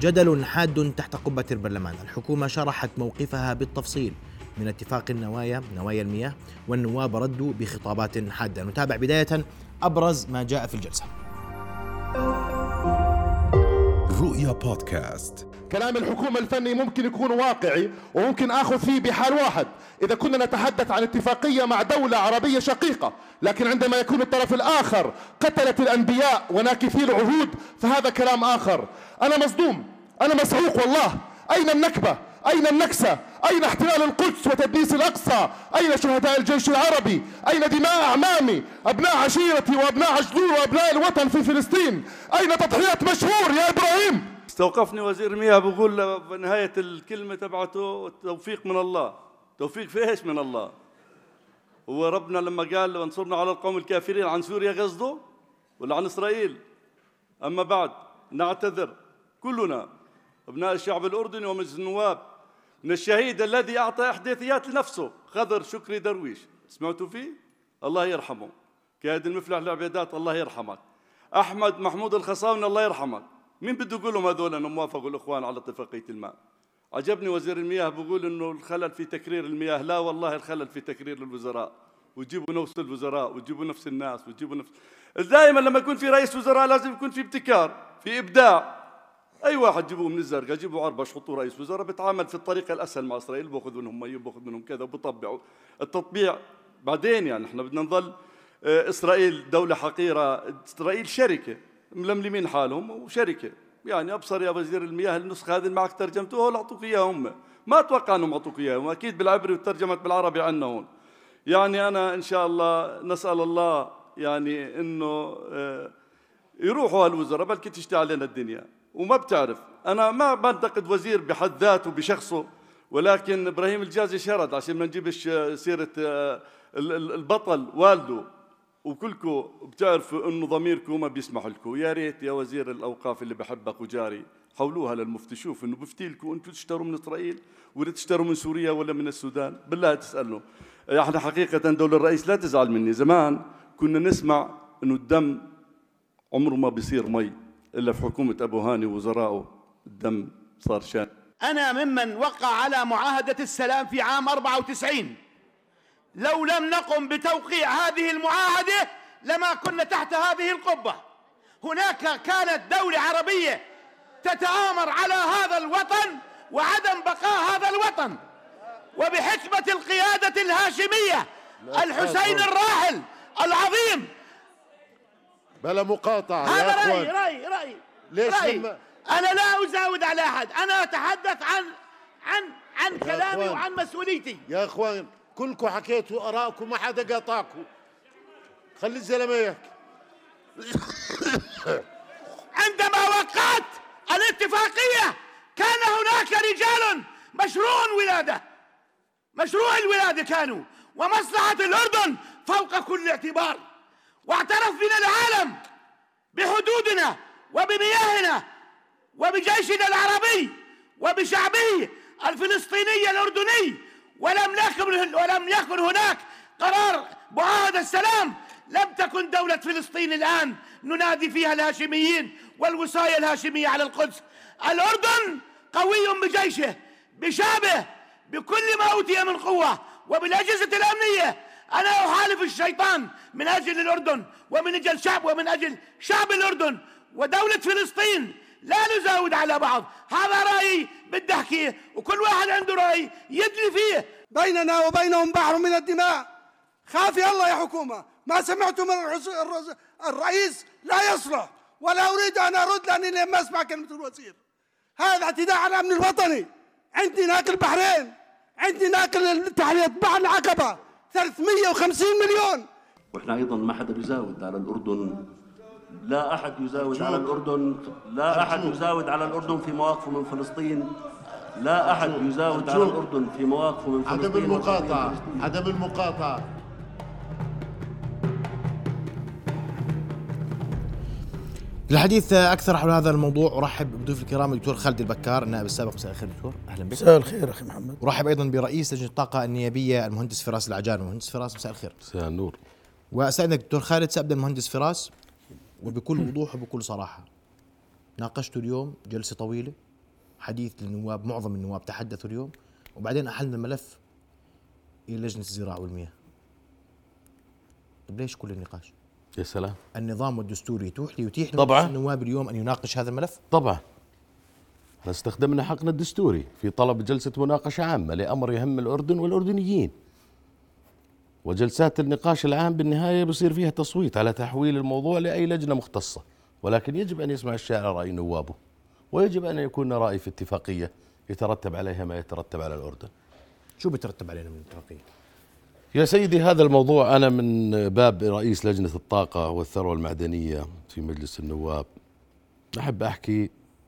جدل حاد تحت قبة البرلمان. الحكومة شرحت موقفها بالتفصيل من اتفاق نوايا المياه، والنواب ردوا بخطابات حادة. نتابع بداية أبرز ما جاء في الجلسة. رؤيا بودكاست. كلام الحكومة الفني ممكن يكون واقعي وممكن أخذ فيه بحال واحد إذا كنا نتحدث عن اتفاقية مع دولة عربية شقيقة، لكن عندما يكون الطرف الآخر قتلة الأنبياء وناكثي العهود فهذا كلام آخر. أنا مصدوم، أنا مسعوق والله. أين النكبة؟ أين النكسة؟ أين احتلال القدس وتدنيس الأقصى؟ أين شهداء الجيش العربي؟ أين دماء أعمامي، أبناء عشيرتي وأبناء عجلول وأبناء الوطن في فلسطين؟ أين تضحية مشهور يا إبراهيم؟ استوقفني وزير المياه بقول بنهاية الكلمة تبعته التوفيق من الله. توفيق في إيش من الله؟ هو ربنا لما قال وانصرنا على القوم الكافرين عن سوريا قصده ولا عن إسرائيل؟ أما بعد نعتذر كلنا أبناء الشعب الأردني ومجلس النواب من الشهيد الذي أعطى إحداثيات لنفسه خضر شكري درويش. سمعتوا فيه؟ الله يرحمه. كاد المفلح العبيدات الله يرحمك. أحمد محمود الخصاوني الله يرحمك. مين بده يقول لهم هذول أنهم وافقوا الإخوان على اتفاقية الماء؟ عجبني وزير المياه بقول إنه الخلل في تكرير المياه. لا والله الخلل في تكرير الوزراء، وتجيبوا نفس الوزراء وتجيبوا نفس الناس وتجيبوا نفس. دائما لما يكون في رئيس وزراء لازم يكون في ابتكار، في إبداع. أي واحد جيبوه من الزرقاء، جيبوا عربش حطوه رئيس وزراء، بتعامل في الطريقة الأسهل مع إسرائيل، بأخذ منهم مي وبأخذ منهم كذا وبطبعوا. التطبيع بعدين يعني إحنا بدنا نظل إسرائيل دولة حقيرة. إسرائيل شركة ململمين حالهم وشركة. يعني أبصر يا وزير المياه النسخة هذه اللي معك ترجمتوها ولا أعطوك إياها هم؟ ما أتوقع أنهم أعطوك إياها، وأكيد بالعبري وترجمت بالعربي عنا هون. يعني أنا إن شاء الله نسأل الله يعني إنه يروحوا هالوزراء، بلكي تشتعل لنا الدنيا وما بتعرف. أنا ما بنتقد وزير بحد ذاته بشخصه، ولكن إبراهيم الجازي شرد عشان ما نجيبش سيرة البطل والده، وكلكم بتعرفوا إنه ضميركم ما بيسمح لكم. يا ريت يا وزير الأوقاف اللي بحبك وجاري حولوها للمفتي، شوف إنه بفتي لكم أنتم تشتروا من إسرائيل ولا تشتروا من سوريا ولا من السودان، بالله تسألوا. إحنا حقيقة دولة الرئيس لا تزعل مني، زمان كنا نسمع إنه الدم عمره ما بيصير مي إلا في حكومة أبو هاني ووزرائه الدم صار شان. أنا ممن وقع على معاهدة السلام في عام 94. لو لم نقم بتوقيع هذه المعاهدة لما كنا تحت هذه القبة. هناك كانت دولة عربية تتآمر على هذا الوطن وعدم بقاء هذا الوطن، وبحكمة القيادة الهاشمية الحسين الراحل العظيم. بلا مقاطعة هذا يا أخوان. رأي ليش رأي. أنا لا أزاود على أحد، أنا أتحدث عن كلامي وعن مسؤوليتي. يا أخوان كلكم حكيتوا آراءكم، ما حدا قاطعكم. خلي الزلمة يحكي. عندما وقعت الاتفاقية كان هناك رجال مشروع الولادة كانوا، ومصلحة الأردن فوق كل اعتبار. واعترف بنا العالم بحدودنا وبمياهنا وبجيشنا العربي وبشعبه الفلسطيني الأردني، ولم يكن هناك قرار معاهدة السلام. لم تكن دولة فلسطين الآن ننادي فيها الهاشميين والوصاية الهاشمية على القدس. الأردن قوي بجيشه بشعبه بكل ما أوتي من قوة وبالأجهزة الأمنية. أنا أحالف الشيطان من أجل الأردن ومن أجل شعب الأردن ودولة فلسطين. لا نزاود على بعض. هذا رأيي بدي أحكيه، وكل واحد عنده رأي يدلي فيه. بيننا وبينهم بحر من الدماء. خافي الله يا حكومة، ما سمعت من الرئيس لا يصلح، ولا أريد أن أرد لأني لم أسمع كلمة الوزير. هذا اعتداء على الأمن الوطني. عندي ناقل بحرين، عندي ناقل تحرير بحر العقبة 350 مليون. وإحنا أيضا ما حدا بيزاود على الأردن. لا أحد يزاود على الأردن، لا أحد يزاود على الأردن في مواقفه من فلسطين. لا أحد يزاود على الأردن في مواقفه من فلسطين. عدم المقاطعة. للحديث أكثر حول هذا الموضوع أرحب بضيوف الكرام الدكتور خالد البكار النائب السابق. مساء الخير دكتور، أهلا بك. مساء الخير أخي محمد. أرحب أيضا برئيس لجنة الطاقة النيابية المهندس فراس العجان. المهندس فراس مساء الخير. مساء النور. وأستأذنك دكتور خالد، سأبدأ المهندس فراس وبكل وضوح وبكل صراحة. ناقشت اليوم جلسة طويلة حديث للنواب، معظم النواب تحدثوا اليوم، وبعدين أحلنا الملف إلى لجنة الزراعة والمياه. طيب ليش كل النقاش؟ يا سلام. النظام والدستور يتيح طبعا النواب اليوم أن يناقش هذا الملف. طبعا احنا استخدمنا حقنا الدستوري في طلب جلسة مناقشة عامة لأمر يهم الأردن والأردنيين، وجلسات النقاش العام بالنهاية بصير فيها تصويت على تحويل الموضوع لأي لجنة مختصة، ولكن يجب أن يسمع الشارع رأي نوابه، ويجب أن يكون رأي في اتفاقية يترتب عليها ما يترتب على الأردن. شو بيترتب علينا من الاتفاقية؟ يا سيدي هذا الموضوع أنا من باب رئيس لجنة الطاقة والثروة المعدنية في مجلس النواب أحب أحكي.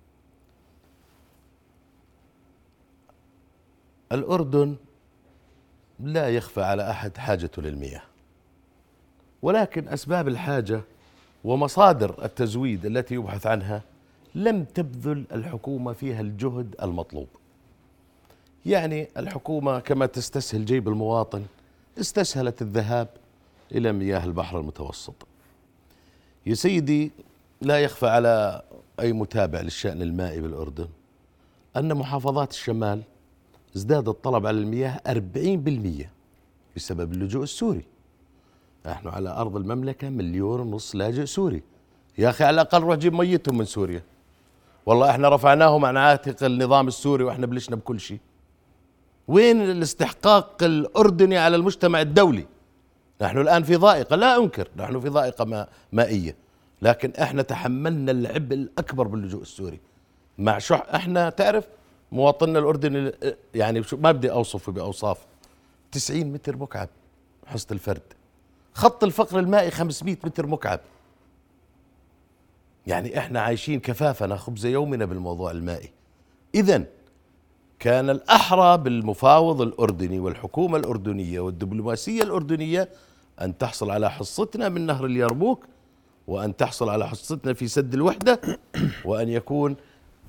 الأردن لا يخفى على أحد حاجته للمياه، ولكن أسباب الحاجة ومصادر التزويد التي يبحث عنها لم تبذل الحكومة فيها الجهد المطلوب. يعني الحكومة كما تستسهل جيب المواطن استسهلت الذهاب إلى مياه البحر المتوسط. يا سيدي لا يخفى على أي متابع للشأن المائي بالأردن أن محافظات الشمال ازداد الطلب على المياه 40% بسبب اللجوء السوري. نحن على أرض المملكة 1.5 مليون لاجئ سوري. يا أخي على الأقل روح جيب ميتهم من سوريا. والله احنا رفعناهم عن عاتق النظام السوري واحنا بلشنا بكل شيء. وين الاستحقاق الأردني على المجتمع الدولي؟ نحن الآن في ضائقة، لا أنكر نحن في ضائقة مائية، لكن احنا تحملنا العبء الأكبر باللجوء السوري مع احنا تعرف مواطننا الأردني يعني ما بدي أوصفه بأوصاف 90 متر مكعب حصة الفرد، خط الفقر المائي 500 متر مكعب. يعني احنا عايشين كفافنا خبز يومنا بالموضوع المائي. إذن كان الأحرى بالمفاوض الأردني والحكومة الأردنية والدبلوماسية الأردنية أن تحصل على حصتنا من نهر اليرموك، وأن تحصل على حصتنا في سد الوحدة، وأن يكون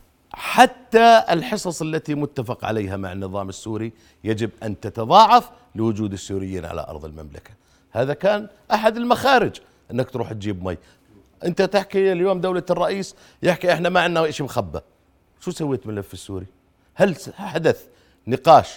حتى الحصص التي متفق عليها مع النظام السوري يجب أن تتضاعف لوجود السوريين على أرض المملكة. هذا كان أحد المخارج أنك تروح تجيب مي. أنت تحكي اليوم دولة الرئيس يحكي إحنا ما عندنا شيء مخبى. شو سويت ملف السوري؟ هل حدث نقاش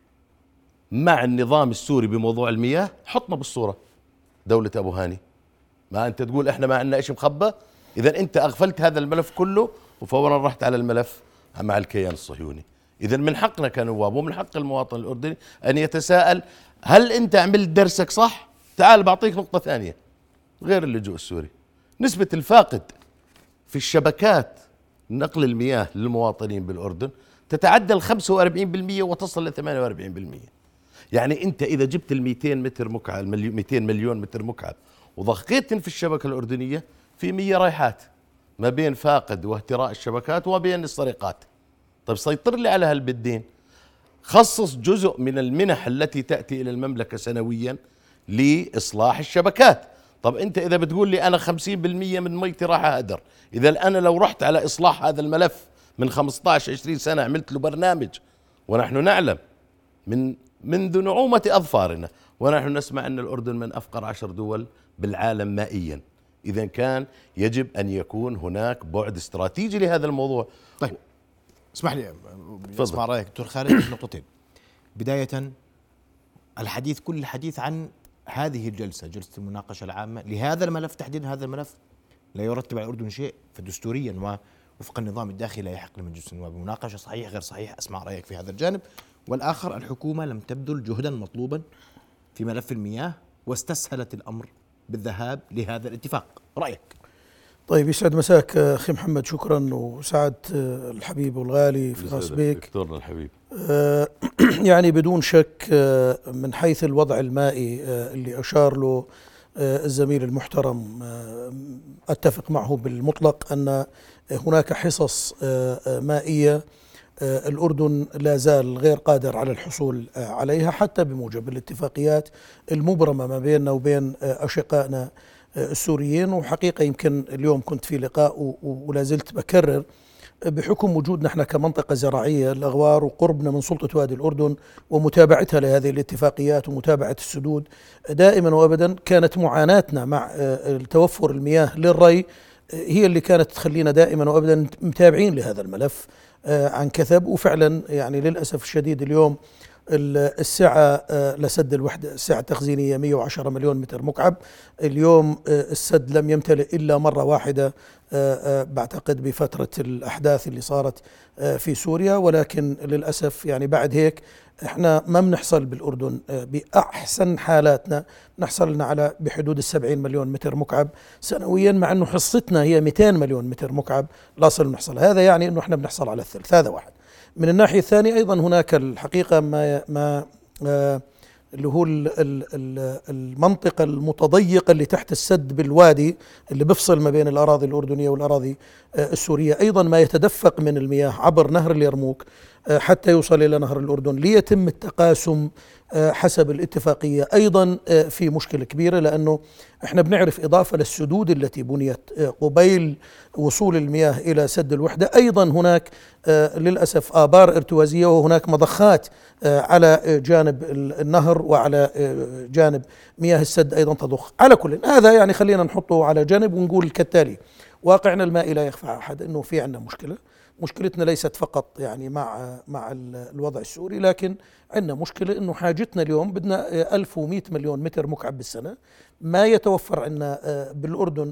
مع النظام السوري بموضوع المياه؟ حطنا بالصورة دولة أبو هاني. ما أنت تقول إحنا ما عندنا شيء مخبى، إذا أنت أغفلت هذا الملف كله وفورا رحت على الملف مع الكيان الصهيوني. إذا من حقنا كنواب ومن حق المواطن الأردني أن يتساءل هل أنت عملت درسك صح؟ تعال بعطيك نقطة ثانية غير اللجوء السوري. نسبة الفاقد في الشبكات نقل المياه للمواطنين بالأردن تتعدى 45% وتصل ل 48%. يعني أنت إذا جبت 200 متر مكعب 200 مليون متر مكعب وضخيتن في الشبكة الأردنية، في 100 رايحات ما بين فاقد واهتراء الشبكات وما بين السرقات. طيب سيطر لي على هالبدين، خصص جزء من المنح التي تأتي إلى المملكة سنويا لإصلاح الشبكات. طب أنت إذا بتقول لي أنا 50% من ميتي راح أهدر، إذا أنا لو رحت على إصلاح هذا الملف من 15-20 سنة عملت له برنامج، ونحن نعلم منذ نعومة أظفارنا ونحن نسمع أن الأردن من أفقر 10 دول بالعالم مائيا. إذا كان يجب أن يكون هناك بعد استراتيجي لهذا الموضوع. طيب اسمح لي اسمع رأيك دكتور خالد في نقطتين. بداية الحديث كل الحديث عن هذه الجلسة، جلسة المناقشة العامة لهذا الملف تحديدا. هذا الملف لا يرتب على الأردن شيء، فدستوريا وفق النظام الداخلي لا يحق لمجلس النواب مناقشة صحيح غير صحيح. أسمع رأيك في هذا الجانب. والآخر الحكومة لم تبذل جهدا مطلوبا في ملف المياه واستسهلت الأمر بالذهاب لهذا الاتفاق. رأيك؟ طيب يسعد مساك أخي محمد، شكرا، وسعد الحبيب والغالي في خاص بك دكتورنا الحبيب. يعني بدون شك من حيث الوضع المائي اللي أشار له الزميل المحترم أتفق معه بالمطلق أن هناك حصص مائية الأردن لا زال غير قادر على الحصول عليها حتى بموجب الاتفاقيات المبرمة ما بيننا وبين أشقائنا السوريين. وحقيقة يمكن اليوم كنت في لقاء ولا زلت بكرر بحكم وجودنا احنا كمنطقة زراعية الأغوار وقربنا من سلطة وادي الأردن ومتابعتها لهذه الاتفاقيات ومتابعة السدود، دائما وأبدا كانت معاناتنا مع توفر المياه للري هي اللي كانت تخلينا دائما وأبدا متابعين لهذا الملف عن كثب. وفعلا يعني للأسف الشديد اليوم السعة لسد الوحدة، السعة التخزينية 110 مليون متر مكعب. اليوم السد لم يمتلئ إلا مرة واحدة بعتقد بفترة الأحداث اللي صارت في سوريا، ولكن للأسف يعني بعد هيك احنا ما بنحصل بالأردن بأحسن حالاتنا نحصل لنا على بحدود 70 مليون متر مكعب سنويا، مع أنه حصتنا هي 200 مليون متر مكعب لا صل نحصل. هذا يعني أنه احنا بنحصل على الثلث. هذا واحد. من الناحية الثانية أيضا هناك الحقيقة ما اللي هو المنطقة المتضيقة اللي تحت السد بالوادي اللي بفصل ما بين الأراضي الأردنية والأراضي السورية، أيضا ما يتدفق من المياه عبر نهر اليرموك حتى يوصل إلى نهر الأردن ليتم التقاسم حسب الاتفاقية، أيضا في مشكلة كبيرة، لأنه احنا بنعرف إضافة للسدود التي بنيت قبيل وصول المياه إلى سد الوحدة، أيضا هناك للأسف آبار ارتوازية وهناك مضخات على جانب النهر وعلى جانب مياه السد أيضا تضخ. على كل هذا يعني خلينا نحطه على جانب ونقول كالتالي: واقعنا المائي لا يخفى على أحد أنه في عندنا مشكلة. مشكلتنا ليست فقط يعني مع الوضع السوري، لكن عندنا مشكلة أنه حاجتنا اليوم بدنا 1100 مليون متر مكعب بالسنة، ما يتوفر عندنا بالأردن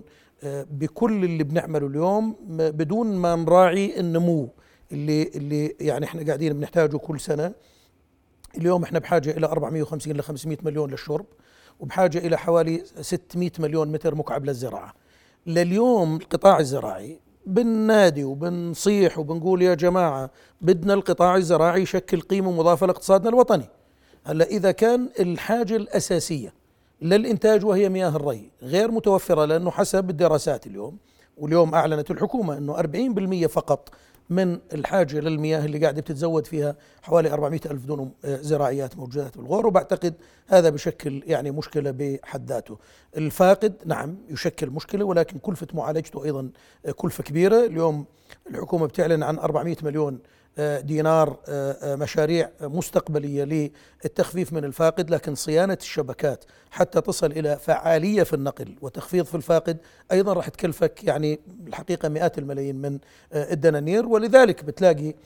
بكل اللي بنعمله اليوم بدون ما نراعي النمو اللي يعني احنا قاعدين بنحتاجه كل سنة. اليوم احنا بحاجة إلى 450 ل 500 مليون للشرب، وبحاجة إلى حوالي 600 مليون متر مكعب للزراعة. لليوم القطاع الزراعي بننادي وبنصيح وبنقول يا جماعة بدنا القطاع الزراعي يشكل قيمة مضافة لاقتصادنا الوطني. هلا إذا كان الحاجة الأساسية للإنتاج وهي مياه الري غير متوفرة، لأنه حسب الدراسات واليوم أعلنت الحكومة أنه 40% فقط من الحاجة للمياه اللي قاعدة بتتزود فيها حوالي 400 ألف دونم زراعيات موجودات بالغور، وبعتقد هذا بشكل يعني مشكلة بحد ذاته. الفاقد نعم يشكل مشكلة، ولكن كلفة معالجته أيضا كلفة كبيرة. اليوم الحكومة بتعلن عن 400 مليون دينار مشاريع مستقبلية للتخفيف من الفاقد، لكن صيانة الشبكات حتى تصل إلى فعالية في النقل وتخفيض في الفاقد أيضا راح تكلفك يعني الحقيقة مئات الملايين من الدنانير. ولذلك بتلاقي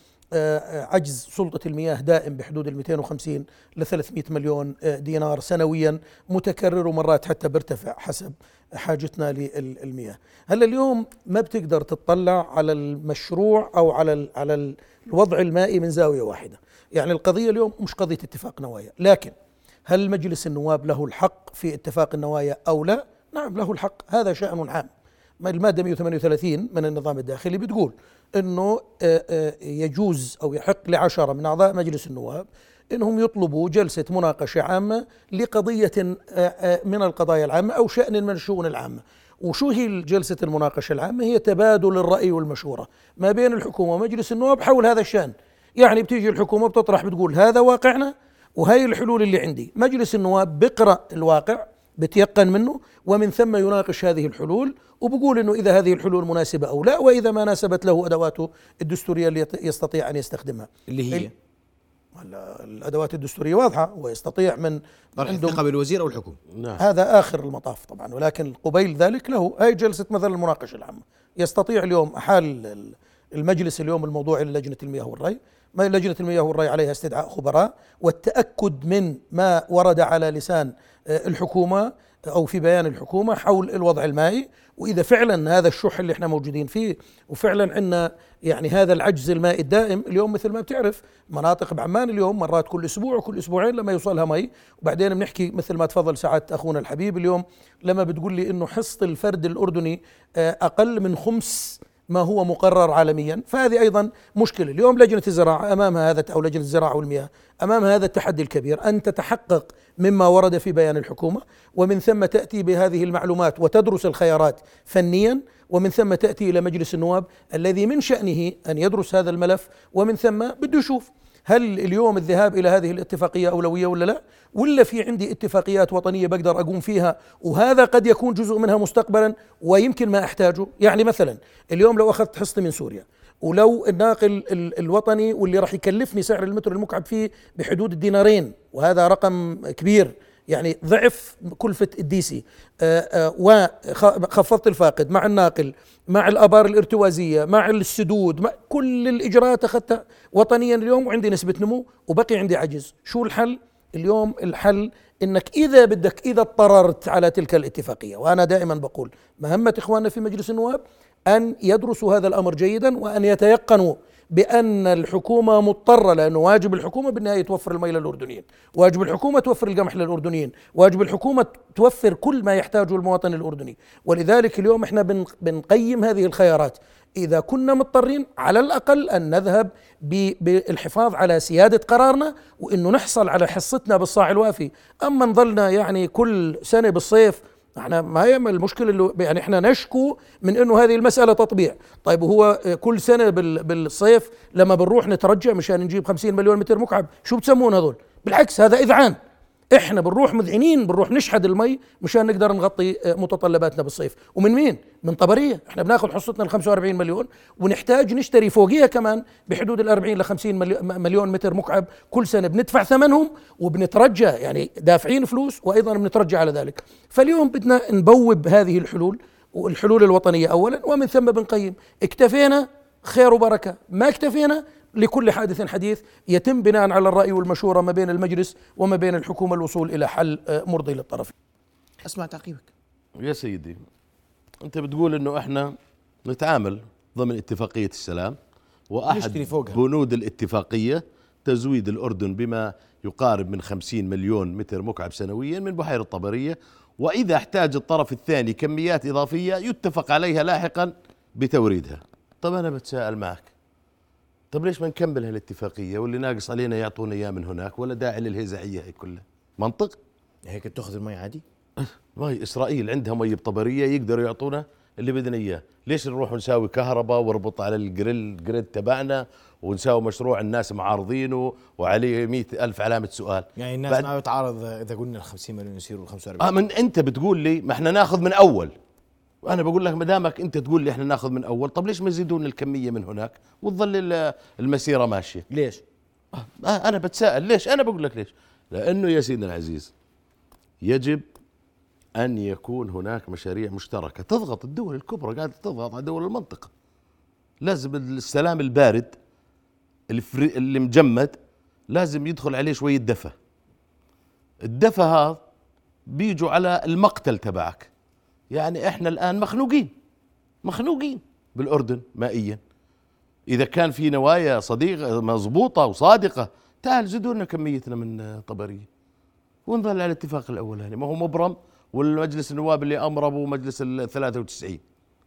عجز سلطة المياه دائم بحدود 250 ل 300 مليون دينار سنويا متكرر، ومرات حتى بيرتفع حسب حاجتنا للمياه. هلا اليوم ما بتقدر تطلع على المشروع أو على الوضع المائي من زاوية واحدة. يعني القضية اليوم مش قضية اتفاق نوايا، لكن هل مجلس النواب له الحق في اتفاق النوايا أو لا؟ نعم له الحق، هذا شأن عام. المادة 138 من النظام الداخلي بتقول أنه يجوز أو يحق ل10 من أعضاء مجلس النواب أنهم يطلبوا جلسة مناقشة عامة لقضية من القضايا العامة أو شأن من الشؤون العامة. وشو هي جلسة المناقشة العامة؟ هي تبادل الرأي والمشورة ما بين الحكومة ومجلس النواب حول هذا الشأن. يعني بتيجي الحكومة بتطرح بتقول هذا واقعنا وهي الحلول اللي عندي، مجلس النواب بيقرأ الواقع بتيقن منه ومن ثم يناقش هذه الحلول وبقول انه اذا هذه الحلول مناسبة او لا، واذا ما ناسبت له ادواته الدستورية اللي يستطيع ان يستخدمها اللي هي الادوات الدستورية واضحة، ويستطيع من طرح الثقة بالوزير او الحكومة. هذا اخر المطاف طبعا، ولكن قبيل ذلك له هاي جلسة مثلا المناقشة العامة. يستطيع اليوم احال المجلس اليوم الموضوع لجنة المياه والري، لجنة المياه والري عليها استدعاء خبراء والتأكد من ما ورد على لسان الحكومة أو في بيان الحكومة حول الوضع المائي، وإذا فعلا هذا الشح اللي احنا موجودين فيه وفعلا عندنا يعني هذا العجز المائي الدائم. اليوم مثل ما بتعرف مناطق بعمان اليوم مرات كل أسبوع وكل أسبوعين لما يوصلها مي، وبعدين بنحكي مثل ما تفضل سعادة أخونا الحبيب اليوم لما بتقول لي إنه حصة الفرد الأردني أقل من 5 ما هو مقرر عالميا، فهذه أيضا مشكلة. اليوم لجنة الزراعة أمامها هذا أو لجنة الزراعة والمياه أمامها هذا التحدي الكبير، أن تتحقق مما ورد في بيان الحكومة ومن ثم تأتي بهذه المعلومات وتدرس الخيارات فنيا، ومن ثم تأتي إلى مجلس النواب الذي من شأنه أن يدرس هذا الملف ومن ثم بده يشوف هل اليوم الذهاب إلى هذه الاتفاقية أولوية ولا لا، ولا في عندي اتفاقيات وطنية بقدر أقوم فيها وهذا قد يكون جزء منها مستقبلا ويمكن ما أحتاجه. يعني مثلا اليوم لو أخذت حصتي من سوريا ولو الناقل الوطني واللي راح يكلفني سعر المتر المكعب فيه بحدود الدينارين، وهذا رقم كبير يعني ضعف كلفة الدي سي، وخفضت الفاقد مع الناقل مع الآبار الارتوازية مع السدود، مع كل الإجراءات أخذتها وطنيا اليوم، وعندي نسبة نمو وبقي عندي عجز. شو الحل اليوم؟ الحل إنك إذا بدك، إذا اضطررت على تلك الاتفاقية، وأنا دائما بقول مهمة إخواننا في مجلس النواب أن يدرسوا هذا الأمر جيدا، وأن يتيقنوا بأن الحكومة مضطرة، لأنه واجب الحكومة بالنهاية توفر المي للأردنيين، واجب الحكومة توفر القمح للأردنيين، واجب الحكومة توفر كل ما يحتاجه المواطن الأردني. ولذلك اليوم احنا بنقيم هذه الخيارات. إذا كنا مضطرين على الأقل أن نذهب بالحفاظ على سيادة قرارنا، وإنه نحصل على حصتنا بالصاع الوافي. أما نظلنا يعني كل سنة بالصيف، احنا ما هي المشكله اللي يعني احنا نشكو من انه هذه المساله تطبيع. طيب وهو كل سنه بالصيف لما بنروح نترجى مشان نجيب 50 مليون متر مكعب، شو بتسمون هذول؟ بالعكس هذا اذعان. احنا بنروح مذعنين، بنروح نشحد المي مشان نقدر نغطي متطلباتنا بالصيف. ومن مين؟ من طبريه. احنا بناخذ حصتنا ال 45 مليون، ونحتاج نشتري فوقيها كمان بحدود ال 40 ل 50 مليون متر مكعب كل سنه، بندفع ثمنهم وبنترجى، يعني دافعين فلوس وايضا بنترجى على ذلك. فاليوم بدنا نبوب هذه الحلول، والحلول الوطنيه اولا، ومن ثم بنقيم. اكتفينا خير وبركه، ما اكتفينا لكل حادث حديث يتم بناء على الرأي والمشورة ما بين المجلس وما بين الحكومة الوصول إلى حل مرضي للطرفين. أسمع تعقيبك يا سيدي. أنت بتقول إنه إحنا نتعامل ضمن اتفاقية السلام، وأحد بنود الاتفاقية تزويد الأردن بما يقارب من 50 مليون متر مكعب سنويا من بحيرة طبرية، وإذا احتاج الطرف الثاني كميات إضافية يتفق عليها لاحقا بتوريدها. طب أنا بتساءل معك، طب ليش ما نكمل هالاتفاقية، واللي ناقص علينا يعطونا إياه من هناك، ولا داعي للهزعية هي كلها؟ منطق هيك تأخذ المي عادي؟ مي إسرائيل عندها مي بطبرية يقدروا يعطونا اللي بدنا إياه. ليش نروح ونساوي كهرباء وربط على الجريد تبعنا ونساوي مشروع الناس معارضينه وعليه 100,000 علامة سؤال؟ يعني الناس ما بتعارض إذا قلنا ال 50 مليون يصيروا ال 45. من أنت بتقول لي ما إحنا ناخذ من أول، وأنا بقول لك ما دامك أنت تقول لي إحنا ناخذ من أول، طب ليش ما يزيدون الكمية من هناك وتظل المسيرة ماشية؟ ليش؟ أنا بتساءل ليش. أنا بقول لك ليش. لأنه يا سيدنا العزيز يجب أن يكون هناك مشاريع مشتركة تضغط الدول الكبرى، قاعدة تضغط على دول المنطقة. لازم السلام البارد اللي مجمد لازم يدخل عليه شوية دفى. الدفى هذا بيجوا على المقتل تبعك. يعني احنا الآن مخنوقين بالأردن مائيا. إذا كان في نوايا صديقة مضبوطة وصادقة، تعال زدوا لنا كميتنا من طبرية ونظل على الاتفاق الأولاني. ما هو مبرم، والمجلس النواب اللي أمربوا مجلس 93.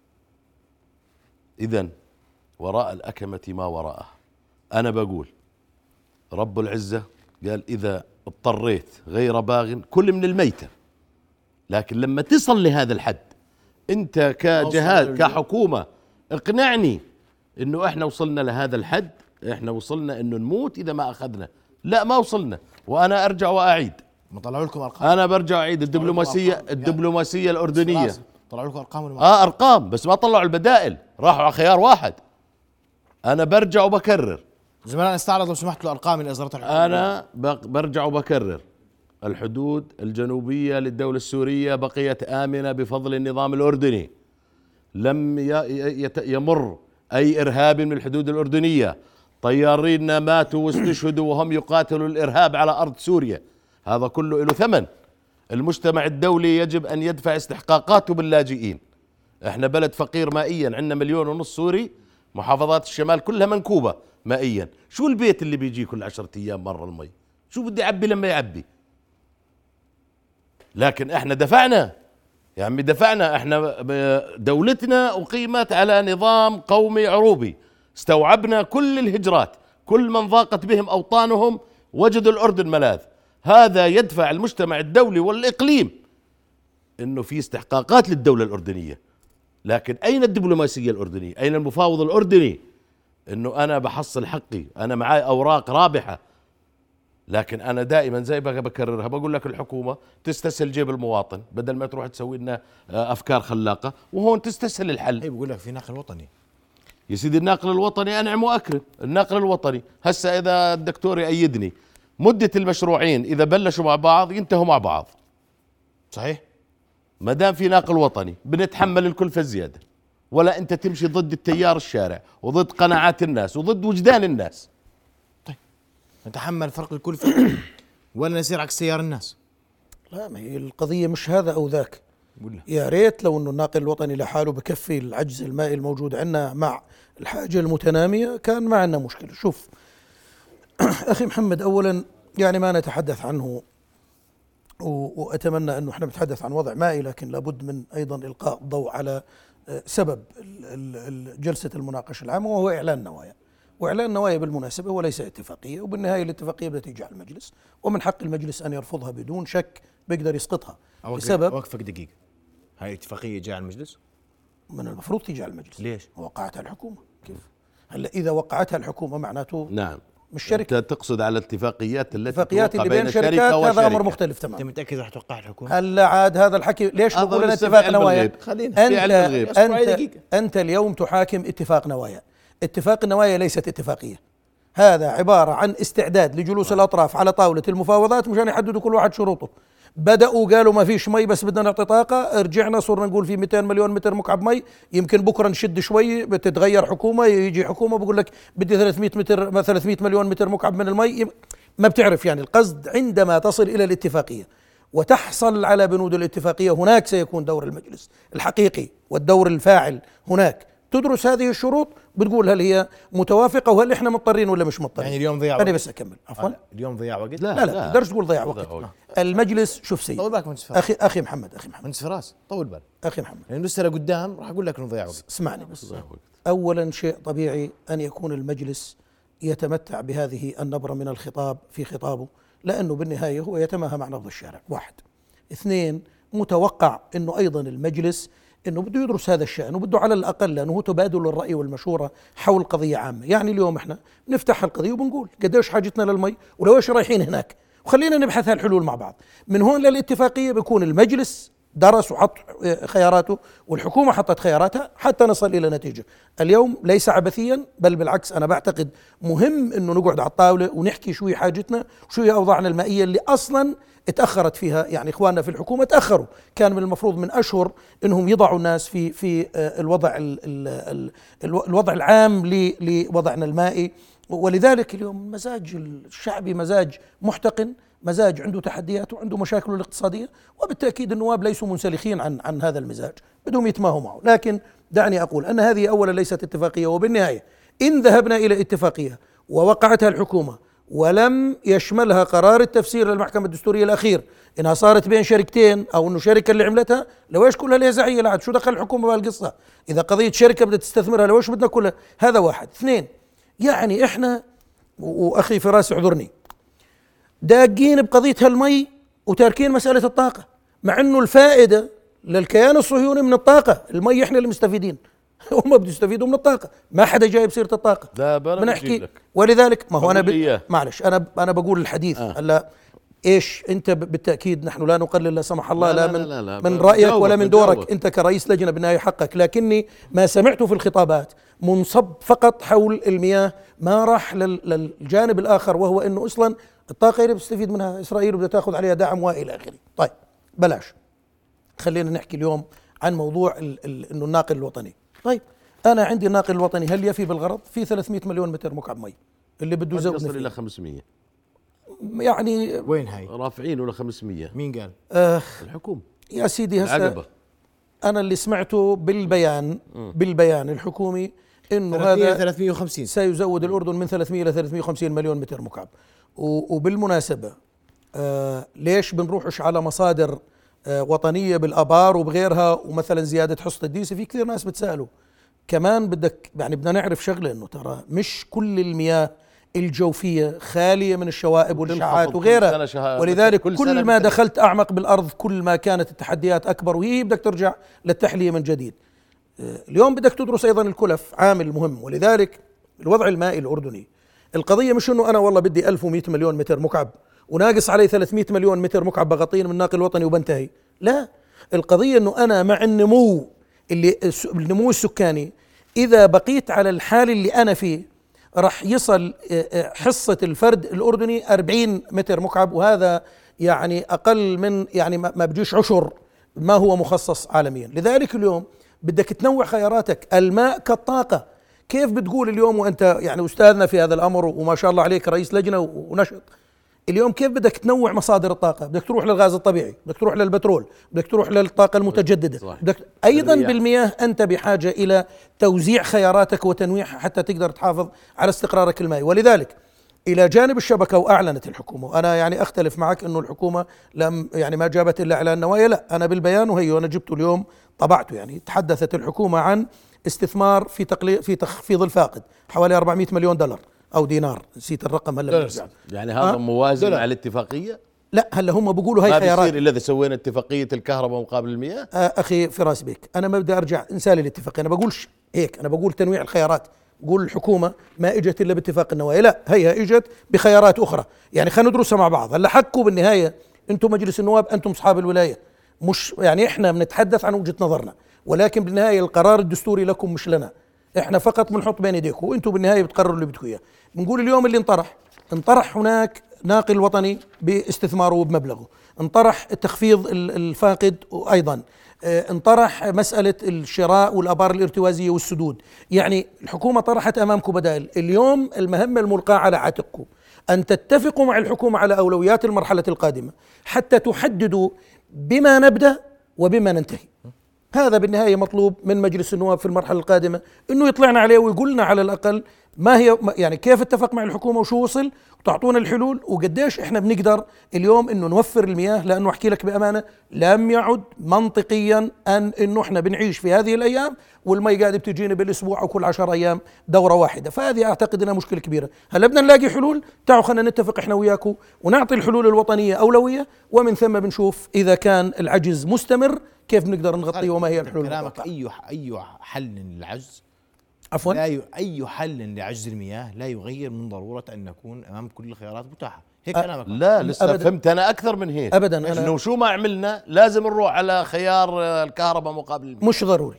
إذن وراء الأكمة ما وراءه. أنا بقول رب العزة قال إذا اضطريت غير باغ كل من الميتة. لكن لما تصل لهذا الحد انت كجهاز كحكومة اقنعني انه احنا وصلنا لهذا الحد، احنا وصلنا انه نموت اذا ما اخذنا. لا ما وصلنا. وانا ارجع واعيد، طلعوا لكم ارقام. انا برجع اعيد الدبلوماسية الاردنية طلعوا لكم ارقام ارقام، بس ما طلعوا البدائل، راحوا على خيار واحد. انا برجع وبكرر، زملائنا استعرض لو سمحت الارقام اللي اصدرتها الحكومة. انا برجع وبكرر الحدود الجنوبية للدولة السورية بقيت آمنة بفضل النظام الأردني. لم يمر أي إرهابي من الحدود الأردنية. طيارين ماتوا واستشهدوا وهم يقاتلوا الإرهاب على أرض سوريا. هذا كله له ثمن. المجتمع الدولي يجب أن يدفع استحقاقاته باللاجئين. احنا بلد فقير مائيا، عندنا 1.5 مليون سوري، محافظات الشمال كلها منكوبة مائيا. شو البيت اللي بيجي كل 10 أيام مرة المي؟ شو بدي أعبي لما يعبي؟ لكن احنا دفعنا يا عمي، دفعنا. احنا دولتنا أقيمت على نظام قومي عروبي، استوعبنا كل الهجرات، كل من ضاقت بهم أوطانهم وجدوا الأردن ملاذ. هذا يدفع المجتمع الدولي والإقليم إنه في استحقاقات للدولة الأردنية. لكن أين الدبلوماسية الأردنية؟ أين المفاوض الأردني؟ إنه أنا بحصل حقي، أنا معي أوراق رابحة. لكن أنا دائما زي ما بكررها بقول لك الحكومة تستسهل جيب المواطن بدل ما تروح تسوي لنا أفكار خلاقة، وهون تستسهل الحل. بقول لك في ناقل وطني يا سيدي. الناقل الوطني أنعم وأكرم. الناقل الوطني هسا إذا الدكتور يأيدني، مدة المشروعين إذا بلشوا مع بعض ينتهوا مع بعض. صحيح. ما دام في ناقل وطني بنتحمل الكلفة الزيادة، ولا أنت تمشي ضد التيار الشارع وضد قناعات الناس وضد وجدان الناس. طيب نتحمل فرق الكلفة ولا نسير عكس تيار الناس؟ لا، ما هي القضية مش هذا أو ذاك. يا ريت لو أنه الناقل الوطني لحاله بكفي العجز المائي الموجود عندنا مع الحاجة المتنامية كان ما عندنا مشكلة. شوف أخي محمد، أولا يعني ما نتحدث عنه، وأتمنى أنه احنا نتحدث عن وضع مائي، لكن لابد من أيضا إلقاء الضوء على سبب جلسة المناقشة العامة، وهو إعلان نوايا. وإعلان نوايا بالمناسبة هو ليس اتفاقية، وبالنهاية الاتفاقية بدها تيجي على المجلس، ومن حق المجلس أن يرفضها بدون شك، بيقدر يسقطها بسبب. وقفك دقيقة، هاي اتفاقية جاء على المجلس؟ من المفروض تيجي على المجلس. ليش؟ وقعتها الحكومة. كيف؟ هلا إذا وقعتها الحكومة معناته نعم مش شركة. أنت تقصد على الاتفاقيات الاتفاقيات اللي بين شركات، هذا أمر مختلف تماما. أنت متأكد رح توقعها الحكومة؟ هلا عاد هذا الحكي ليش بقول أنا اتفاق نوايا؟ أنت اليوم تحاكم اتفاق نوايا. اتفاق النوايا ليست اتفاقية، هذا عبارة عن استعداد لجلوس الأطراف على طاولة المفاوضات مشان يحددوا كل واحد شروطه. بدأوا قالوا ما فيش مي بس بدنا نعطي طاقة، رجعنا صرنا نقول في 200 مليون متر مكعب مي، يمكن بكرة نشد شوي بتتغير حكومة، يجي حكومة بقول لك بدي 300 مليون متر مكعب من المي. ما بتعرف يعني القصد. عندما تصل إلى الاتفاقية وتحصل على بنود الاتفاقية، هناك سيكون دور المجلس الحقيقي والدور الفاعل. هناك تدرس هذه الشروط، بتقول هل هي متوافقة وهل احنا مضطرين ولا مش مضطرين. يعني اليوم ضياع وقت. أنا بس أكمل عفوا. اليوم ضياع وقت؟ لا تقدرش تقول ضياع وقت. المجلس شوف سيد، طول بالك مهندس فراس. أخي محمد مهندس فراس طول بالك أخي محمد، يعني لسه لقدام راح أقول لك إنه ضياع وقت. اسمعني بس. أولا شيء طبيعي أن يكون المجلس يتمتع بهذه النبرة من الخطاب في خطابه، لأنه بالنهاية هو يتماهى مع نبض الشارع. واحد. اثنين، متوقع أنه أيضا المجلس أنه بده يدرس هذا الشأن، وبده على الأقل لأنه تبادل الرأي والمشورة حول قضية عامة. يعني اليوم إحنا نفتح القضية وبنقول قديش حاجتنا للمي ولو إيش رايحين هناك، وخلينا نبحث هالحلول مع بعض. من هون للاتفاقية بيكون المجلس درس وحط خياراته والحكومة حطت خياراتها حتى نصل إلى نتيجة. اليوم ليس عبثيا، بل بالعكس أنا بعتقد مهم أنه نقعد على الطاولة ونحكي شو هي حاجتنا وشو هي أوضاعنا المائية اللي أصلا اتأخرت فيها. يعني إخواننا في الحكومة تأخروا، كان من المفروض من أشهر أنهم يضعوا الناس في الوضع العام لوضعنا المائي. ولذلك اليوم المزاج الشعبي مزاج محتقن، مزاج عنده تحديات وعنده مشاكله الاقتصادية، وبالتأكيد النواب ليسوا منسلخين عن هذا المزاج، بدهم يتماهوا معه. لكن دعني أقول أن هذه أولا ليست اتفاقية، وبالنهاية إن ذهبنا إلى اتفاقية ووقعتها الحكومة ولم يشملها قرار التفسير للمحكمة الدستورية الأخير إنها صارت بين شركتين أو إنه شركة اللي عملتها، لو إيش كلها ليزعية لعد شو دخل الحكومة بهالقصة؟ إذا قضية شركة بدها تستثمرها لو إيش بدنا كلها؟ هذا واحد. اثنين، يعني إحنا وأخي فراس اعذرني داقين بقضية هالمي وتاركين مسألة الطاقة، مع إنه الفائدة للكيان الصهيوني من الطاقة. المي إحنا اللي مستفيدين، هم بده يستفيدوا من الطاقة، ما حدا جايب سيرة الطاقة. بنحكي ولذلك ما هو أنا معلش أنا بقول الحديث هلا إيش أنت بالتأكيد نحن لا نقلل لا سمح الله لا من رأيك ولا من دورك أنت كرئيس لجنة بالنهاية حقك، لكني ما سمعته في الخطابات منصب فقط حول المياه، ما راح للجانب الآخر، وهو إنه أصلا الطاقة اللي بتستفيد منها إسرائيل وبدها تأخذ عليها دعم وإلى آخره. طيب بلاش، خلينا نحكي اليوم عن موضوع إنه الناقل الوطني. طيب أنا عندي الناقل الوطني هل يفي بالغرض؟ في 300 مليون متر مكعب مي اللي بده يزودنا يصل إلى 500. يعني وين هاي؟ رافعين ولا 500؟ مين قال؟ الحكومة يا سيدي. هسه أنا اللي سمعته بالبيان الحكومي إنه هذا 350 سيزود الأردن من 300 إلى 350 مليون متر مكعب. وبالمناسبة ليش بنروحش على مصادر وطنية بالآبار وبغيرها، ومثلا زيادة حصة الديسة؟ في كثير ناس بتسألوا. كمان بدنا نعرف شغلة، إنه ترى مش كل المياه الجوفية خالية من الشوائب والإشعاعات وغيرها، ولذلك كل ما دخلت أعمق بالأرض كل ما كانت التحديات أكبر، وهي بدك ترجع للتحلية من جديد. اليوم بدك تدرس أيضا الكلف، عامل مهم. ولذلك الوضع المائي الأردني القضية مش إنه أنا والله بدي 1100 مليون متر مكعب وناقص علي 300 مليون متر مكعب بغطين من الناقل الوطني وبنتهي. لا، القضية إنه أنا مع النمو النمو السكاني إذا بقيت على الحال اللي أنا فيه راح يصل حصة الفرد الأردني 40 متر مكعب، وهذا يعني أقل من يعني ما بيجيش عشر ما هو مخصص عالميا. لذلك اليوم بدك تنوع خياراتك. الماء كالطاقة، كيف بتقول اليوم وأنت يعني أستاذنا في هذا الأمر وما شاء الله عليك رئيس لجنة ونشط، اليوم كيف بدك تنوع مصادر الطاقة؟ بدك تروح للغاز الطبيعي، بدك تروح للبترول، بدك تروح للطاقة المتجددة، بدك أيضا بالمياه. أنت بحاجة إلى توزيع خياراتك وتنويعها حتى تقدر تحافظ على استقرارك المائي. ولذلك إلى جانب الشبكة، وأعلنت الحكومة، وأنا يعني أختلف معك أنه الحكومة لم يعني ما جابت إلا إعلان نوايا، لا، أنا بالبيان وهي أنا جبته اليوم طبعته، يعني تحدثت الحكومة عن استثمار في تخفيض الفاقد حوالي 400 مليون دولار أو دينار، نسيت الرقم هلا. يعني هذا موازي مع الاتفاقية؟ لا، هلا هم بيقولوا هاي ما خيارات. بيصير إلا إذا سوينا اتفاقية الكهرباء مقابل المياه. أخي فراس بيك، أنا ما بدي أرجع إنسان الاتفاقية، أنا بقولش هيك، أنا بقول تنويع الخيارات. بقول الحكومة ما إجت إلا باتفاق النوايا، لا، هي إجت بخيارات أخرى، يعني خلينا ندرسها مع بعض. هلا حكوا بالنهاية أنتم مجلس النواب، أنتم أصحاب الولاية، مش يعني إحنا بنتحدث عن وجهة نظرنا، ولكن بالنهاية القرار الدستوري لكم مش لنا، إحنا فقط بنحط بين يديكم وأنتم بالنهاية بتقرروا اللي بدكم إياه. بنقول اليوم اللي انطرح هناك ناقل وطني باستثماره وبمبلغه، انطرح تخفيض الفاقد، وأيضا انطرح مسألة الشراء والآبار الارتوازية والسدود. يعني الحكومة طرحت أمامكم بدائل. اليوم المهمة الملقاة على عاتقكم أن تتفقوا مع الحكومة على أولويات المرحلة القادمة حتى تحددوا بما نبدأ وبما ننتهي. هذا بالنهاية مطلوب من مجلس النواب في المرحلة القادمة، أنه يطلعنا عليه ويقولنا على الأقل ما هي يعني كيف اتفق مع الحكومة وشو وصل، وتعطونا الحلول وقديش احنا بنقدر اليوم انه نوفر المياه. لانه احكي لك بامانه لم يعد منطقيا انه احنا بنعيش في هذه الايام والمي قاعده بتجينا بالاسبوع او كل 10 ايام دوره واحده، فهذه اعتقد انها مشكله كبيره. هلا بدنا نلاقي حلول، تعالوا خلينا نتفق احنا وياكم ونعطي الحلول الوطنيه اولويه، ومن ثم بنشوف اذا كان العجز مستمر كيف بنقدر نغطيه وما هي الحلول. كلامك اي حل للعجز، عفوا، أي حل لعجز المياه لا يغير من ضرورة أن نكون أمام كل الخيارات متاحة. هيك كلامك؟ لا، لسه فهمت أنا أكثر من هيك. أبدا، إنه شو ما عملنا لازم نروح على خيار الكهرباء مقابل المياه. مش ضروري.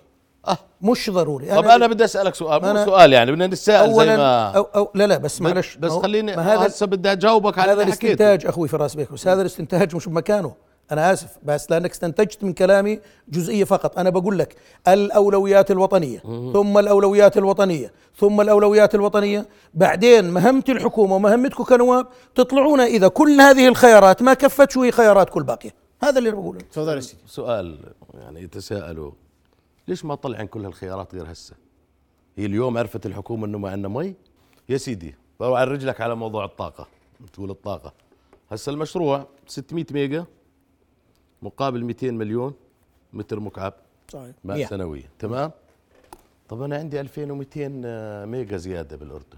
مش ضروري. طب أنا بدي أسألك سؤال، مو سؤال يعني بدنا نتساءل زي ما أو لا بس معلش، بس خليني هسه بدي أجاوبك على هذا الاستنتاج أخوي فراس بيكوس، هذا الاستنتاج مش بمكانه. أنا آسف بس لأنك استنتجت من كلامي جزئية فقط. أنا بقول لك الأولويات الوطنية، ثم الأولويات الوطنية، ثم الأولويات الوطنية، بعدين مهمة الحكومة ومهمتكم كنواب تطلعونا إذا كل هذه الخيارات ما كفت شو هي خيارات كل باقية. هذا اللي بقوله. تفضل يا سيدي. سؤال يعني يتساءلوا، ليش ما طلعن كل هالخيارات غير هسه؟ هي اليوم عرفت الحكومة إنه ما عندنا مي يا سيدي، بروح على رجلك على موضوع الطاقة. تقول الطاقة هسه المشروع 600 ميجا مقابل 200 مليون متر مكعب صحيح ماء سنويا، تمام؟ طب أنا عندي 2200 ميجا زيادة بالأردن،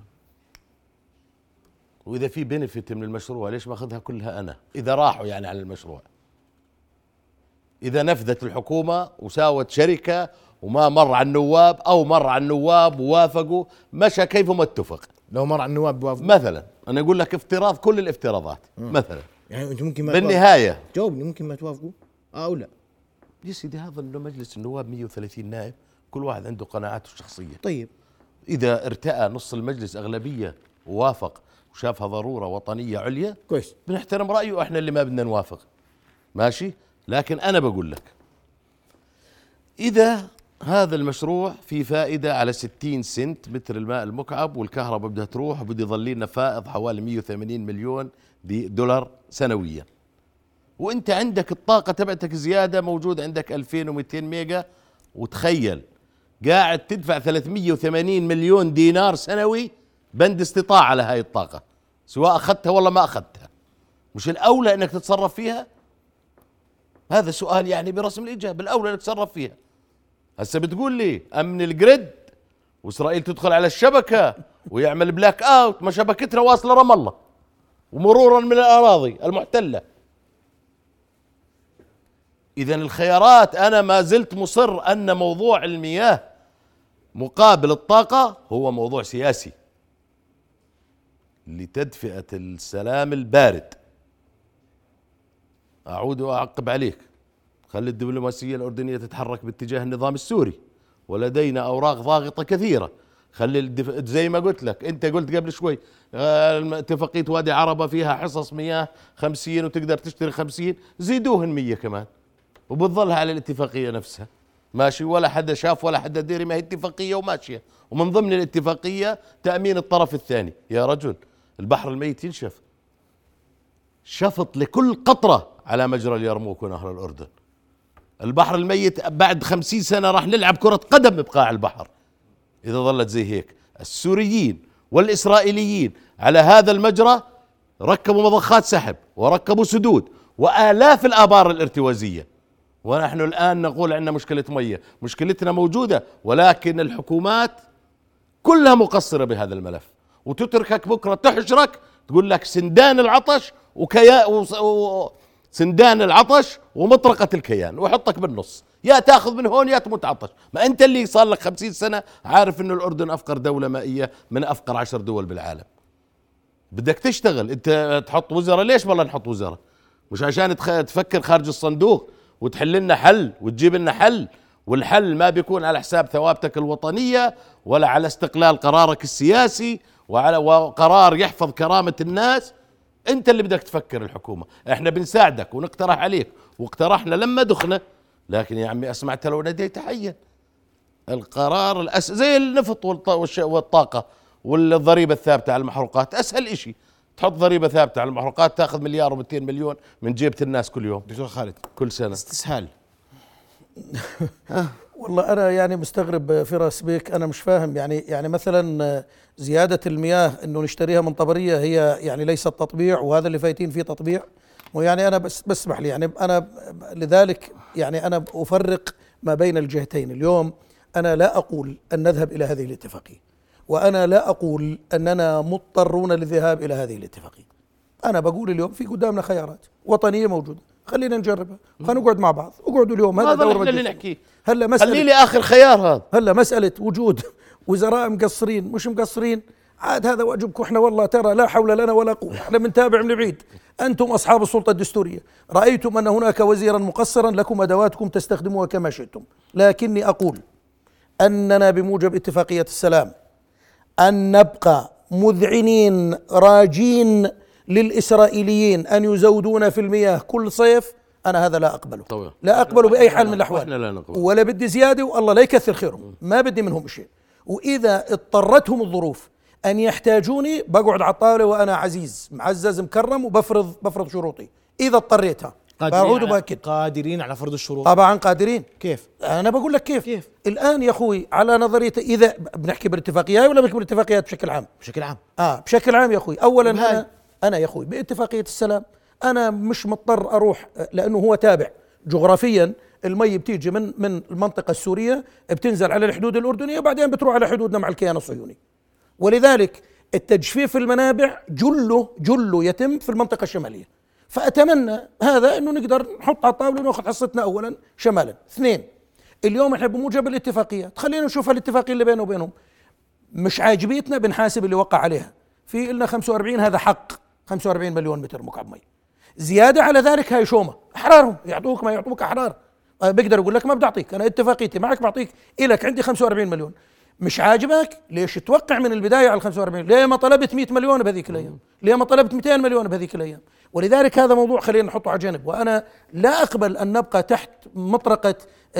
وإذا في بنفيت من المشروع ليش ما أخذها كلها أنا؟ إذا راحوا يعني على المشروع، إذا نفذت الحكومة وساوت شركة وما مر على النواب أو مر على النواب ووافقوا، مشى كيف ما اتفق. لو مر على النواب بوافقوا مثلا، أنا أقول لك افتراض كل الافتراضات مثلا، يعني أنتم ممكن ما بالنهاية جاوبني، ممكن ما توافقوا أو لا؟ يا سيدي هذا مجلس النواب 130 نائب، كل واحد عنده قناعاته الشخصية. طيب إذا ارتأى نص المجلس أغلبية ووافق وشافها ضرورة وطنية عليا، كويس، بنحترم رأيه، إحنا اللي ما بدنا نوافق ماشي. لكن أنا بقول لك إذا هذا المشروع في فائدة على 60 سنت متر الماء المكعب، والكهرباء بدها تروح وبده يظل لنا فائض حوالي 180 مليون دولار سنويا، وانت عندك الطاقة تبعتك زيادة موجود عندك 2200 ميجا، وتخيل قاعد تدفع 380 مليون دينار سنوي بند استطاعة على هاي الطاقة، سواء أخذتها ولا ما أخذتها، مش الأولى أنك تتصرف فيها؟ هذا سؤال يعني برسم الإجابة، الأولى أنك تتصرف فيها. هسه بتقول لي أمن الجريد وإسرائيل تدخل على الشبكة ويعمل بلاك أوت، ما شبكتنا واصلة رام الله ومرورا من الأراضي المحتلة. إذن الخيارات، أنا ما زلت مصر أن موضوع المياه مقابل الطاقة هو موضوع سياسي لتدفئة السلام البارد. أعود وأعقب عليك، خلي الدبلوماسية الأردنية تتحرك باتجاه النظام السوري، ولدينا أوراق ضاغطة كثيرة. زي ما قلت لك، انت قلت قبل شوي اتفاقية وادي عربة فيها حصص مياه 50 وتقدر تشتري 50، زيدوهن 100 كمان وبتظلها على الاتفاقية نفسها ماشي، ولا حدا شاف ولا حدا ديري، ما هي اتفاقية وماشية. ومن ضمن الاتفاقية تأمين الطرف الثاني. يا رجل البحر الميت ينشف، شفط لكل قطرة على مجرى اليرموك ونهر الأردن. البحر الميت بعد 50 سنة راح نلعب كرة قدم بقاع البحر إذا ظلت زي هيك. السوريين والإسرائيليين على هذا المجرى ركبوا مضخات سحب وركبوا سدود وآلاف الآبار الارتوازية، ونحن الآن نقول عندنا مشكلة مية. مشكلتنا موجودة، ولكن الحكومات كلها مقصرة بهذا الملف، وتتركك بكرة تحجرك تقول لك سندان العطش سندان العطش ومطرقة الكيان، وحطك بالنص، يا تاخذ من هون يا تموت عطش. ما انت اللي صار لك 50 سنة عارف انه الأردن أفقر دولة مائية من أفقر 10 دول بالعالم. بدك تشتغل انت تحط وزراء. ليش والله نحط وزراء؟ مش عشان تفكر خارج الصندوق وتحل لنا حل وتجيب لنا حل، والحل ما بيكون على حساب ثوابتك الوطنية ولا على استقلال قرارك السياسي وقرار يحفظ كرامة الناس. انت اللي بدك تفكر الحكومة، احنا بنساعدك ونقترح عليك واقترحنا لما دخنا، لكن يا عمي اسمعت لو نديت حيا القرار زي النفط والطاقة والضريبة الثابتة على المحروقات. اسهل اشي تحط ضريبة ثابتة على المحروقات تاخذ مليار و200 مليون من جيبة الناس كل يوم. دكتور خالد كل سنة استسهال. والله أنا يعني مستغرب فراس بيك، أنا مش فاهم يعني مثلا زيادة المياه إنه نشتريها من طبرية هي يعني ليست تطبيع، وهذا اللي فايتين فيه تطبيع. ويعني أنا بسمح لي يعني أنا لذلك يعني أنا أفرق ما بين الجهتين. اليوم أنا لا أقول أن نذهب إلى هذه الاتفاقية، وأنا لا أقول أننا مضطرون للذهاب إلى هذه الاتفاقية. أنا بقول اليوم في قدامنا خيارات وطنية موجودة، خلينا نجربها، خلينا نقعد مع بعض. اقعدوا اليوم هذا دور اللي نحكيه. هلا مسألة خلي لي آخر خيار هذا. هلا مسألة وجود وزراء مقصرين مش مقصرين عاد هذا واجبكم. احنا والله ترى لا حول لنا ولا قوة، احنا بنتابع من بعيد. أنتم أصحاب السلطة الدستورية، رأيتم أن هناك وزيرا مقصرا، لكم أدواتكم تستخدموها كما شئتم. لكني أقول أننا بموجب اتفاقية السلام أن نبقى مذعنين راجين للإسرائيليين أن يزودون في المياه كل صيف، أنا هذا لا أقبله طبعا. لا أقبله بأي حال من الأحوال، ولا بدي زيادة، والله لا يكثر خيرهم، ما بدي منهم شيء. وإذا اضطرتهم الظروف أن يحتاجوني بقعد على الطاولة وأنا عزيز معزز مكرم وبفرض شروطي إذا اضطريتها. قادرين على فرض الشروط؟ طبعا قادرين. كيف؟ أنا بقول لك كيف. الآن يا أخوي على نظرية، إذا بنحكي بالاتفاقيات ولا بنحكي بالاتفاقيات بشكل عام؟ بشكل عام. بشكل عام يا أخوي. أولا أنا يا أخوي باتفاقية السلام أنا مش مضطر أروح، لأنه هو تابع جغرافيا. المي بتيجي من المنطقة السورية بتنزل على الحدود الأردنية وبعدين بتروح على حدودنا مع الكيان الصهيوني، ولذلك التجفيف المنابع جله يتم في المنطقة الشمالية. فأتمنى هذا أنه نقدر نحط على الطاولة ونأخذ حصتنا أولا شمالا. اثنين، اليوم احنا بموجب الاتفاقيات خلينا نشوف الاتفاقية اللي بينه وبينهم مش عاجبيتنا بنحاسب اللي وقع عليها. في إلنا 45 هذا حق 45 مليون متر مكعب مي، زيادة على ذلك هاي شومة أحرارهم يعطوك ما يعطوك أحرار. بقدر أقول لك ما بدي أعطيك، أنا اتفاقيتي معك بعطيك إلك عندي 45 مليون. مش عاجبك ليش توقع من البداية على 45؟ ليه ما طلبت 100 مليون بهذيك الأيام؟ ليه ما طلبت 200 مليون بهذيك الأيام؟ ولذلك هذا موضوع خلينا نحطه على جانب. وأنا لا أقبل أن نبقى تحت مطرقة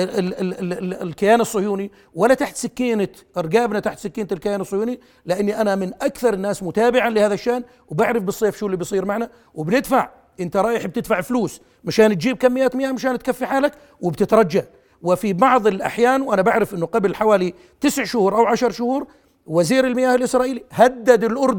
الكيان الصهيوني ولا تحت سكينة رقابنا تحت سكينة الكيان الصهيوني، لأني أنا من أكثر الناس متابعا لهذا الشأن وبعرف بالصيف شو اللي بيصير معنا. وبندفع، أنت رايح بتدفع فلوس مشان تجيب كميات مياه مشان تكفي حالك وبتترجى. وفي بعض الأحيان، وأنا بعرف أنه قبل حوالي 9 شهور أو 10 شهور وزير المياه الإسرائيلي هدد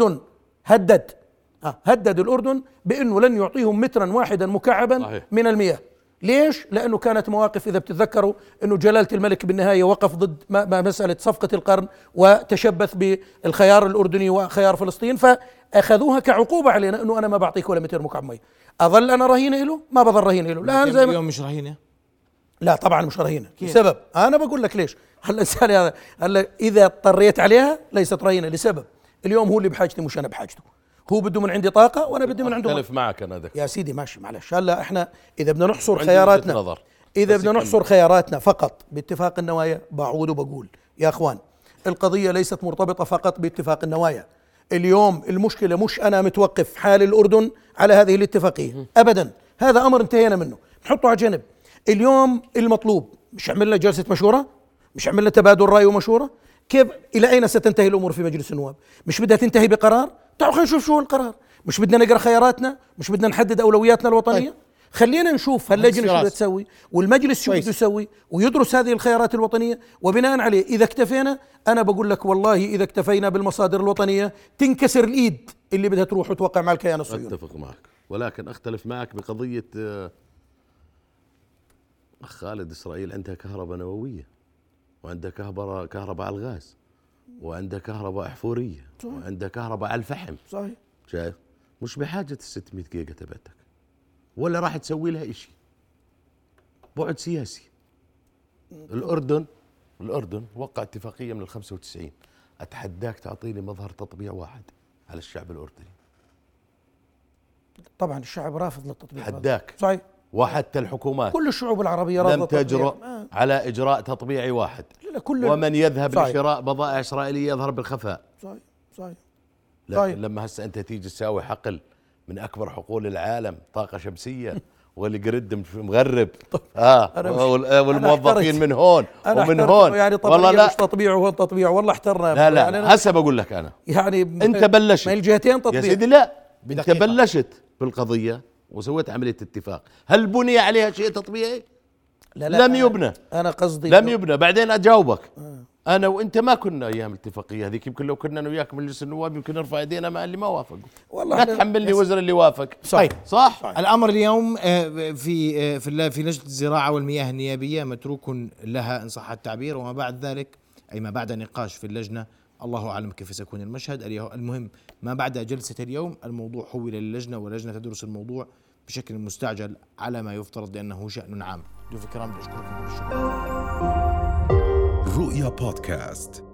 الأردن بأنه لن يعطيهم مترا واحدا مكعبا من المياه. ليش؟ لأنه كانت مواقف إذا بتتذكروا أنه جلالة الملك بالنهاية وقف ضد مسألة صفقة القرن وتشبث بالخيار الأردني وخيار فلسطين، فأخذوها كعقوبة علينا أنه أنا ما بعطيك ولا متر مكعب مي. أظل أنا رهينة له؟ ما بظل رهينة له. لا زي اليوم مش رهينة؟ لا طبعا مش رهينة. لسبب أنا بقول لك ليش. الإنسان هذا إذا اضطريت عليها ليست رهينة لسبب. اليوم هو اللي بحاجتي مش أنا بحاجته. هو بده من عندي طاقة وأنا بدي من عنده. أختلف معك أنا دكتور. يا سيدي ماشي معلش. هلا إحنا إذا بدنا نحصر خياراتنا، إذا بدنا نحصر خياراتنا فقط باتفاق النوايا، بعود وبقول يا أخوان القضية ليست مرتبطة فقط باتفاق النوايا. اليوم المشكلة مش أنا متوقف حال الأردن على هذه الاتفاقية أبدا، هذا أمر انتهينا منه، نحطه على جنب. اليوم المطلوب مش عملنا جلسة مشورة، مش عملنا تبادل رأي ومشورة، كيف إلى أين ستنتهي الأمور في مجلس النواب؟ مش بدها تنتهي بقرار؟ تعالوا خلينا نشوف شو هو القرار. مش بدنا نقرأ خياراتنا؟ مش بدنا نحدد أولوياتنا الوطنية؟ خلينا نشوف هاللجنة شو بدها تسوي والمجلس شو بده يسوي ويدرس هذه الخيارات الوطنية، وبناء عليه إذا اكتفينا، أنا بقول لك والله إذا اكتفينا بالمصادر الوطنية تنكسر الإيد اللي بدها تروح وتوقع مع الكيان الصهيوني. أتفق معك، ولكن أختلف معك بقضية خالد. إسرائيل عندها كهرباء نووية، وعندها كهرباء على الغاز، وعندها كهرباء أحفورية، وعندها كهرباء على الفحم. صحيح. شايف؟ مش بحاجة 600 جيجا تبعتك، ولا راح تسوي لها إشي. بعد سياسي. الأردن وقع اتفاقية من 95. أتحداك تعطيني مظهر تطبيع واحد على الشعب الأردني. طبعا الشعب رافض للتطبيع. حداك. صحيح. وحتى الحكومات كل الشعوب العربية رافضة لم تجرؤ على إجراء تطبيعي واحد. ومن يذهب لشراء بضائع إسرائيلية يظهر بالخفاء. صحيح. لكن لما هسه أنت تيجي تساوي حقل من أكبر حقول العالم، طاقة شمسية والجريد مغرب، والموظفين من هون ومن هون، يعني والله لا مش تطبيع وهون تطبيع، والله احترنا. لا يعني هسه بقول لك أنا يعني أنت بلشت ما الجهتين تطبيع يا سيدي. لا أنت بلشت بالقضية وسويت عملية اتفاق، هل بني عليها شيء تطبيعي؟ لا لم يبنى. أنا قصدي لم يبنى. بعدين أجاوبك أنا وأنت ما كنا أيام الاتفاقية هذيك، يمكن لو كنا أنا وياك مجلس النواب يمكن نرفع ايدينا مع اللي ما وافقوا. والله لا تحملني وزر اللي وافق. صح. الأمر اليوم في لجنة الزراعة والمياه النيابية متروك لها إن صح التعبير، وما بعد ذلك أي ما بعد نقاش في اللجنة الله أعلم كيف سيكون المشهد. المهم ما بعد جلسة اليوم الموضوع حول للجنة، واللجنة تدرس الموضوع بشكل مستعجل على ما يفترض لأنه شأن عام. ضيوف الكرام بشكركم كل الشكر. رؤيا بودكاست.